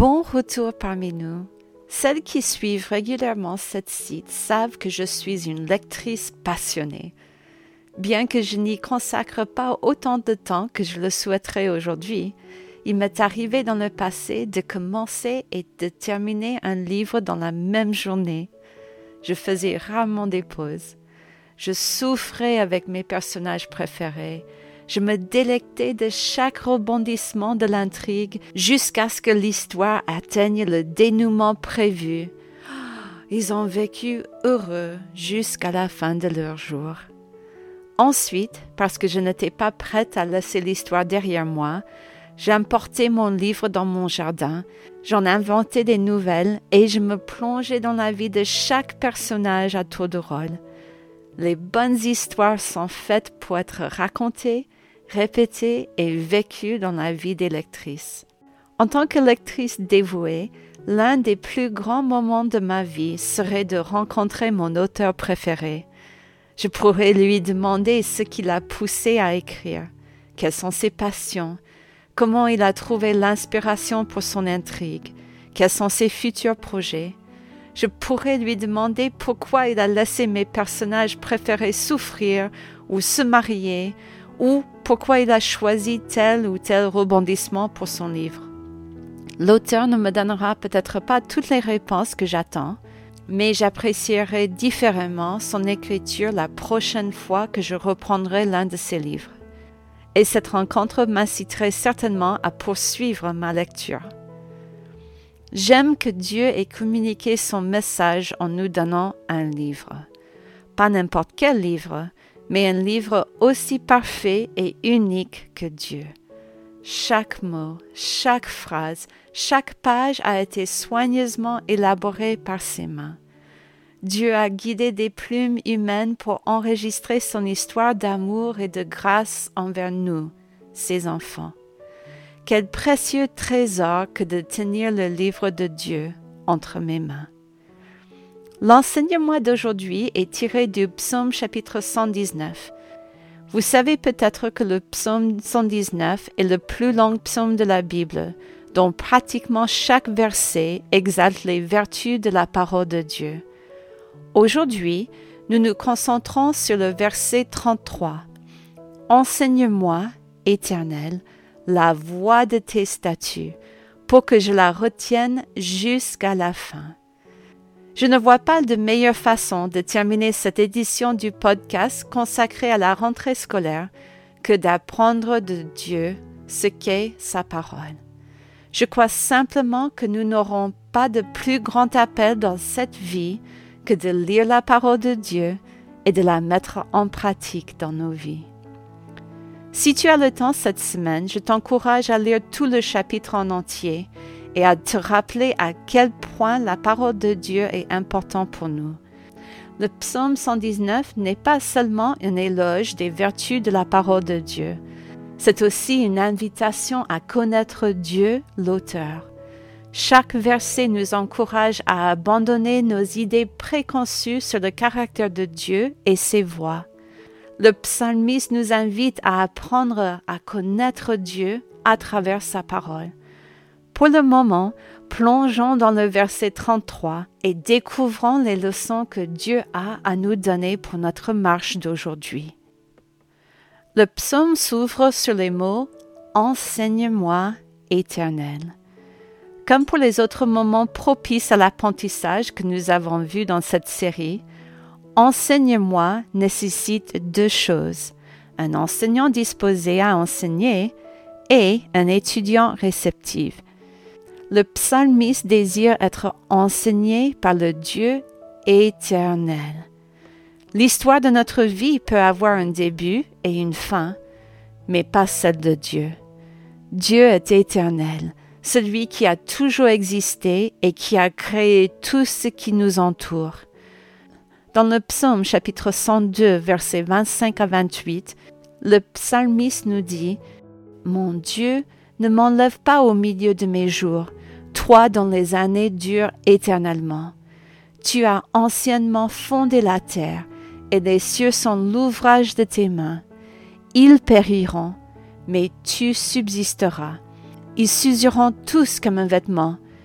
Bon retour parmi nous. Celles qui suivent régulièrement cette site savent que je suis une lectrice passionnée. Bien que je n'y consacre pas autant de temps que je le souhaiterais aujourd'hui, il m'est arrivé dans le passé de commencer et de terminer un livre dans la même journée. Je faisais rarement des pauses. Je souffrais avec mes personnages préférés. Je me délectais de chaque rebondissement de l'intrigue jusqu'à ce que l'histoire atteigne le dénouement prévu. Ils ont vécu heureux jusqu'à la fin de leur jour. Ensuite, parce que je n'étais pas prête à laisser l'histoire derrière moi, j'ai emporté mon livre dans mon jardin, j'en inventais des nouvelles et je me plongeais dans la vie de chaque personnage à tour de rôle. Les bonnes histoires sont faites pour être racontées, répétées et vécues dans la vie des lectrices. En tant que lectrice dévouée, l'un des plus grands moments de ma vie serait de rencontrer mon auteur préféré. Je pourrais lui demander ce qui l'a poussé à écrire, quelles sont ses passions, comment il a trouvé l'inspiration pour son intrigue, quels sont ses futurs projets. Je pourrais lui demander pourquoi il a laissé mes personnages préférés souffrir ou se marier, ou pourquoi il a choisi tel ou tel rebondissement pour son livre. L'auteur ne me donnera peut-être pas toutes les réponses que j'attends, mais j'apprécierai différemment son écriture la prochaine fois que je reprendrai l'un de ses livres. Et cette rencontre m'inciterait certainement à poursuivre ma lecture. J'aime que Dieu ait communiqué son message en nous donnant un livre. Pas n'importe quel livre, mais un livre aussi parfait et unique que Dieu. Chaque mot, chaque phrase, chaque page a été soigneusement élaborée par ses mains. Dieu a guidé des plumes humaines pour enregistrer son histoire d'amour et de grâce envers nous, ses enfants. Quel précieux trésor que de tenir le livre de Dieu entre mes mains. L'enseignement d'aujourd'hui est tiré du psaume chapitre 119. Vous savez peut-être que le psaume 119 est le plus long psaume de la Bible, dont pratiquement chaque verset exalte les vertus de la parole de Dieu. Aujourd'hui, nous nous concentrons sur le verset 33. « Enseigne-moi, Éternel, la voie de tes statuts, pour que je la retienne jusqu'à la fin. » Je ne vois pas de meilleure façon de terminer cette édition du podcast consacrée à la rentrée scolaire que d'apprendre de Dieu ce qu'est sa parole. Je crois simplement que nous n'aurons pas de plus grand appel dans cette vie que de lire la parole de Dieu et de la mettre en pratique dans nos vies. Si tu as le temps cette semaine, je t'encourage à lire tout le chapitre en entier et à te rappeler à quel point la parole de Dieu est importante pour nous. Le psaume 119 n'est pas seulement un éloge des vertus de la parole de Dieu, c'est aussi une invitation à connaître Dieu, l'auteur. Chaque verset nous encourage à abandonner nos idées préconçues sur le caractère de Dieu et ses voies. Le psalmiste nous invite à apprendre à connaître Dieu à travers sa parole. Pour le moment, plongeons dans le verset 33 et découvrons les leçons que Dieu a à nous donner pour notre marche d'aujourd'hui. Le psaume s'ouvre sur les mots « Enseigne-moi, Éternel ». Comme pour les autres moments propices à l'apprentissage que nous avons vus dans cette série, « Enseigne-moi » nécessite deux choses, un enseignant disposé à enseigner et un étudiant réceptif. Le psalmiste désire être enseigné par le Dieu éternel. L'histoire de notre vie peut avoir un début et une fin, mais pas celle de Dieu. Dieu est éternel, celui qui a toujours existé et qui a créé tout ce qui nous entoure. Dans le psaume chapitre 102, versets 25 à 28, le psalmiste nous dit « Mon Dieu, ne m'enlève pas au milieu de mes jours, toi dont les années durent éternellement. Tu as anciennement fondé la terre, et les cieux sont l'ouvrage de tes mains. Ils périront, mais tu subsisteras. Ils s'useront tous comme un vêtement,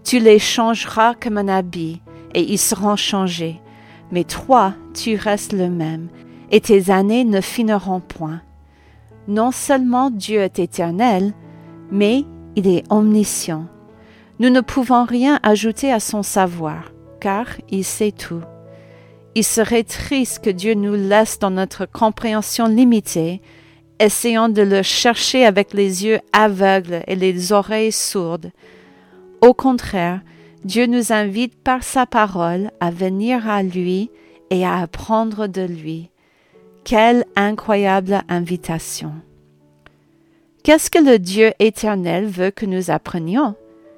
Tu les changeras comme un habit, et ils seront changés. Mais toi, tu restes le même, et tes années ne finiront point. Non seulement Dieu est éternel, mais il est omniscient. Nous ne pouvons rien ajouter à son savoir, car il sait tout. Il serait triste que Dieu nous laisse dans notre compréhension limitée, essayant de le chercher avec les yeux aveugles et les oreilles sourdes. Au contraire, Dieu nous invite par sa parole à venir à lui et à apprendre de lui. Quelle incroyable invitation! Qu'est-ce que le Dieu éternel veut que nous apprenions?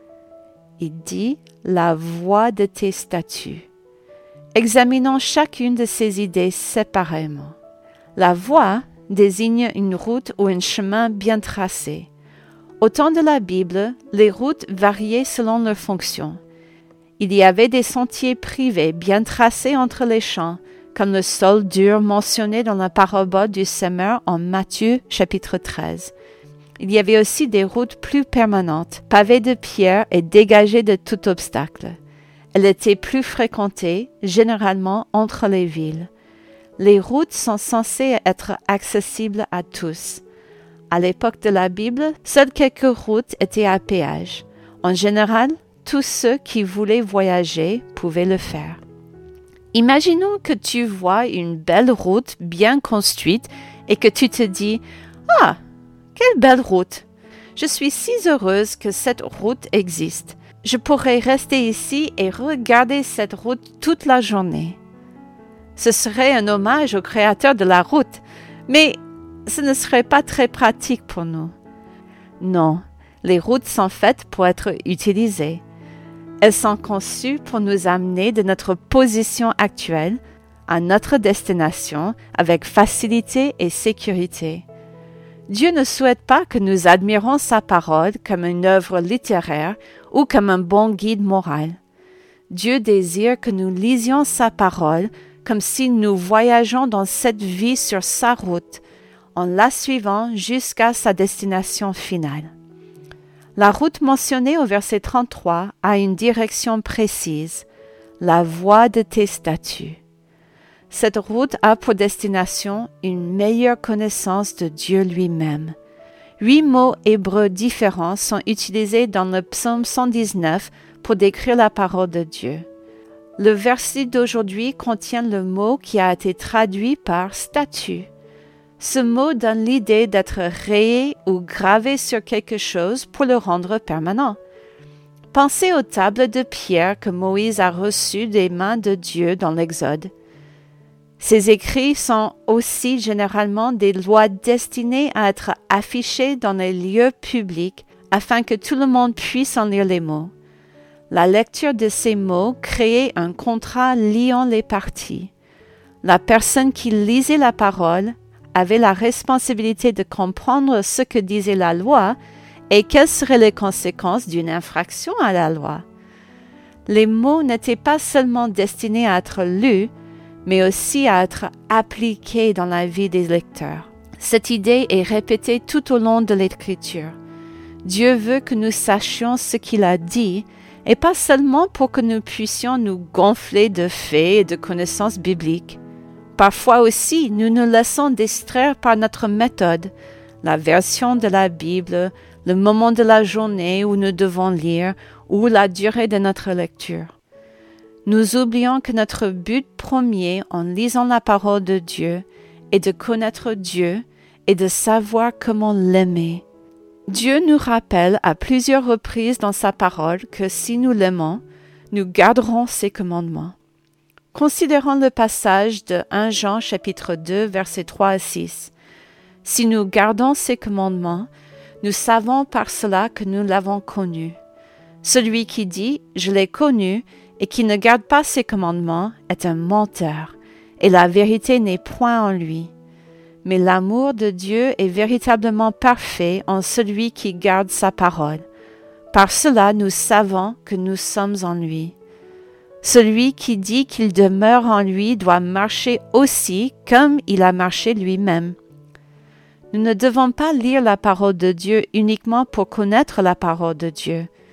Il dit « la voie de tes statuts ». Examinons chacune de ces idées séparément. La voie désigne une route ou un chemin bien tracé. Au temps de la Bible, les routes variaient selon leur fonction. Il y avait des sentiers privés bien tracés entre les champs, comme le sol dur mentionné dans la parabole du semeur en Matthieu chapitre 13. Il y avait aussi des routes plus permanentes, pavées de pierres et dégagées de tout obstacle. Elles étaient plus fréquentées, généralement entre les villes. Les routes sont censées être accessibles à tous. À l'époque de la Bible, seules quelques routes étaient à péage. En général, tous ceux qui voulaient voyager pouvaient le faire. Imaginons que tu vois une belle route bien construite et que tu te dis « Ah, quelle belle route! Je suis si heureuse que cette route existe. Je pourrais rester ici et regarder cette route toute la journée. » Ce serait un hommage au créateur de la route, mais ce ne serait pas très pratique pour nous. Non, les routes sont faites pour être utilisées. Elles sont conçues pour nous amener de notre position actuelle à notre destination avec facilité et sécurité. Dieu ne souhaite pas que nous admirons sa parole comme une œuvre littéraire ou comme un bon guide moral. Dieu désire que nous lisions sa parole comme si nous voyageons dans cette vie sur sa route, en la suivant jusqu'à sa destination finale. La route mentionnée au verset 33 a une direction précise, la voie de tes statuts. Cette route a pour destination une meilleure connaissance de Dieu lui-même. 8 mots hébreux différents sont utilisés dans le psaume 119 pour décrire la parole de Dieu. Le verset d'aujourd'hui contient le mot qui a été traduit par « statut ». Ce mot donne l'idée d'être rayé ou gravé sur quelque chose pour le rendre permanent. Pensez aux tables de pierre que Moïse a reçues des mains de Dieu dans l'Exode. Ces écrits sont aussi généralement des lois destinées à être affichées dans les lieux publics afin que tout le monde puisse en lire les mots. La lecture de ces mots créait un contrat liant les parties. La personne qui lisait la parole avait la responsabilité de comprendre ce que disait la loi et quelles seraient les conséquences d'une infraction à la loi. Les mots n'étaient pas seulement destinés à être lus, mais aussi à être appliqués dans la vie des lecteurs. Cette idée est répétée tout au long de l'Écriture. Dieu veut que nous sachions ce qu'il a dit, et pas seulement pour que nous puissions nous gonfler de faits et de connaissances bibliques. Parfois aussi, nous nous laissons distraire par notre méthode, la version de la Bible, le moment de la journée où nous devons lire ou la durée de notre lecture. Nous oublions que notre but premier en lisant la parole de Dieu est de connaître Dieu et de savoir comment l'aimer. Dieu nous rappelle à plusieurs reprises dans sa parole que si nous l'aimons, nous garderons ses commandements. Considérons le passage de 1 Jean chapitre 2 versets 3 à 6. Si nous gardons ses commandements, nous savons par cela que nous l'avons connu. Celui qui dit « Je l'ai connu » et qui ne garde pas ses commandements est un menteur, et la vérité n'est point en lui. Mais l'amour de Dieu est véritablement parfait en celui qui garde sa parole. Par cela, nous savons que nous sommes en lui. Celui qui dit qu'il demeure en lui doit marcher aussi comme il a marché lui-même. Nous ne devons pas lire la parole de Dieu uniquement pour connaître la parole de Dieu.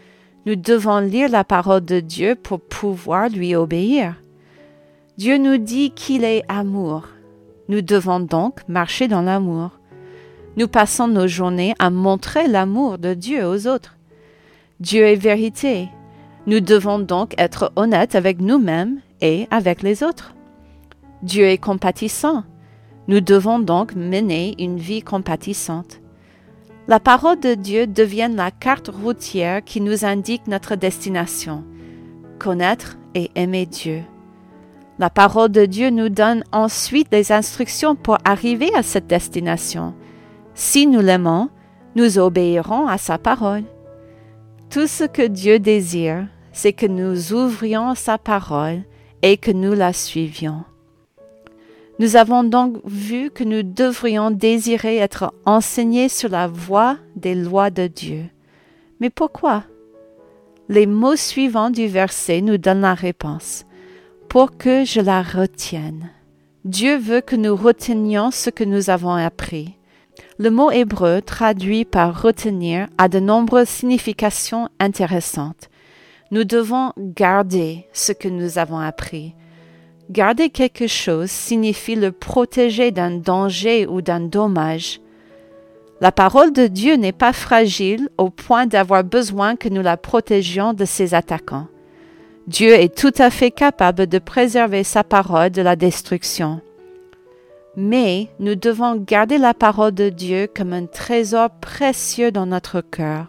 Nous devons lire la parole de Dieu pour pouvoir lui obéir. Dieu nous dit qu'il est amour. Nous devons donc marcher dans l'amour. Nous passons nos journées à montrer l'amour de Dieu aux autres. Dieu est vérité. Nous devons donc être honnêtes avec nous-mêmes et avec les autres. Dieu est compatissant. Nous devons donc mener une vie compatissante. La parole de Dieu devient la carte routière qui nous indique notre destination, connaître et aimer Dieu. La parole de Dieu nous donne ensuite des instructions pour arriver à cette destination. Si nous l'aimons, nous obéirons à sa parole. Tout ce que Dieu désire, c'est que nous ouvrions sa parole et que nous la suivions. Nous avons donc vu que nous devrions désirer être enseignés sur la voie des lois de Dieu. Mais pourquoi? Les mots suivants du verset nous donnent la réponse. Pour que je la retienne. Dieu veut que nous retenions ce que nous avons appris. Le mot hébreu traduit par retenir a de nombreuses significations intéressantes. Nous devons garder ce que nous avons appris. Garder quelque chose signifie le protéger d'un danger ou d'un dommage. La parole de Dieu n'est pas fragile au point d'avoir besoin que nous la protégions de ses attaquants. Dieu est tout à fait capable de préserver sa parole de la destruction. Mais nous devons garder la parole de Dieu comme un trésor précieux dans notre cœur.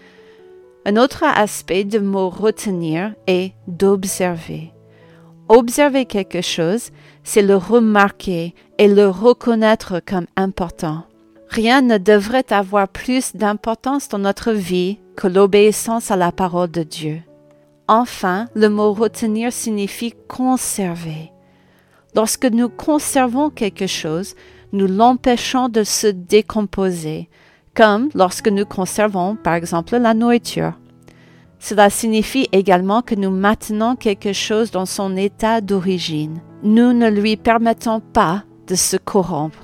Un autre aspect du mot retenir est d'observer. Observer quelque chose, c'est le remarquer et le reconnaître comme important. Rien ne devrait avoir plus d'importance dans notre vie que l'obéissance à la parole de Dieu. Enfin, le mot retenir signifie conserver. Lorsque nous conservons quelque chose, nous l'empêchons de se décomposer, comme lorsque nous conservons, par exemple, la nourriture. Cela signifie également que nous maintenons quelque chose dans son état d'origine. Nous ne lui permettons pas de se corrompre.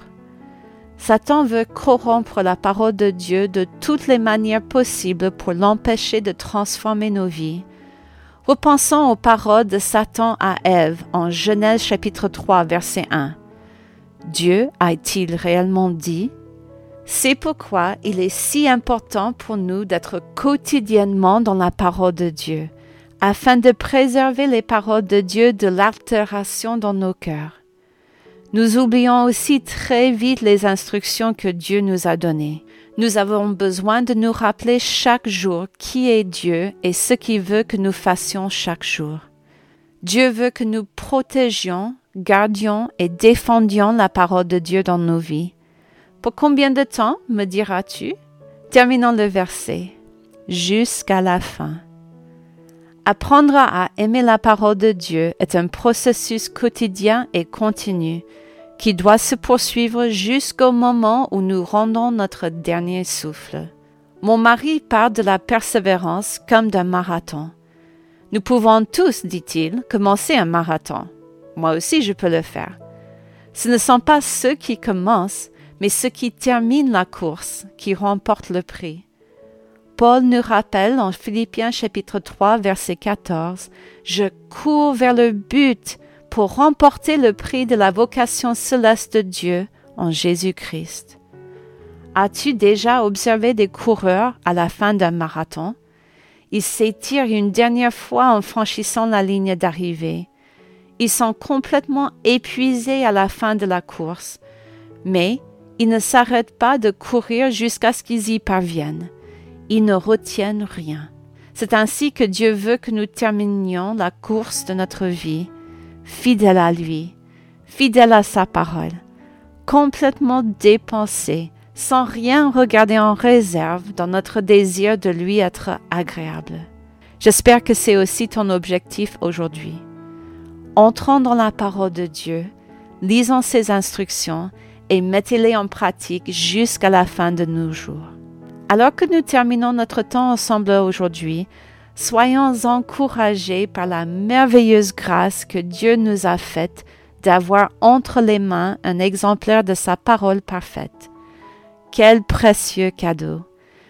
Satan veut corrompre la parole de Dieu de toutes les manières possibles pour l'empêcher de transformer nos vies. Repensons aux paroles de Satan à Ève en Genèse chapitre 3, verset 1. Dieu a-t-il réellement dit? C'est pourquoi il est si important pour nous d'être quotidiennement dans la parole de Dieu, afin de préserver les paroles de Dieu de l'altération dans nos cœurs. Nous oublions aussi très vite les instructions que Dieu nous a données. Nous avons besoin de nous rappeler chaque jour qui est Dieu et ce qu'il veut que nous fassions chaque jour. Dieu veut que nous protégions, gardions et défendions la parole de Dieu dans nos vies. Pour combien de temps, me diras-tu? Terminons le verset. Jusqu'à la fin. Apprendre à aimer la parole de Dieu est un processus quotidien et continu qui doit se poursuivre jusqu'au moment où nous rendons notre dernier souffle. Mon mari parle de la persévérance comme d'un marathon. Nous pouvons tous, dit-il, commencer un marathon. Moi aussi, je peux le faire. Ce ne sont pas ceux qui commencent, mais ceux qui terminent la course, qui remportent le prix. Paul nous rappelle en Philippiens chapitre 3, verset 14, « Je cours vers le but pour remporter le prix de la vocation céleste de Dieu en Jésus-Christ. » As-tu déjà observé des coureurs à la fin d'un marathon? Ils s'étirent une dernière fois en franchissant la ligne d'arrivée. Ils sont complètement épuisés à la fin de la course, mais ils ne s'arrêtent pas de courir jusqu'à ce qu'ils y parviennent. Ils ne retiennent rien. C'est ainsi que Dieu veut que nous terminions la course de notre vie, fidèles à lui, fidèles à sa parole, complètement dépensés, sans rien regarder en réserve dans notre désir de lui être agréable. J'espère que c'est aussi ton objectif aujourd'hui. Entrons dans la parole de Dieu, lisons ses instructions et mettez-les en pratique jusqu'à la fin de nos jours. Alors que nous terminons notre temps ensemble aujourd'hui, soyons encouragés par la merveilleuse grâce que Dieu nous a faite d'avoir entre les mains un exemplaire de sa parole parfaite. Quel précieux cadeau!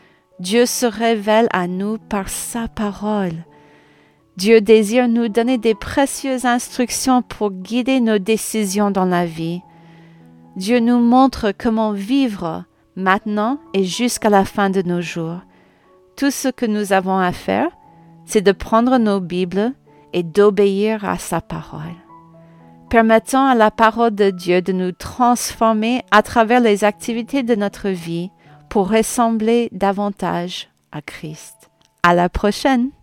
Dieu se révèle à nous par sa parole. Dieu désire nous donner des précieuses instructions pour guider nos décisions dans la vie. Dieu nous montre comment vivre maintenant et jusqu'à la fin de nos jours. Tout ce que nous avons à faire, c'est de prendre nos Bibles et d'obéir à sa parole. Permettons à la parole de Dieu de nous transformer à travers les activités de notre vie pour ressembler davantage à Christ. À la prochaine!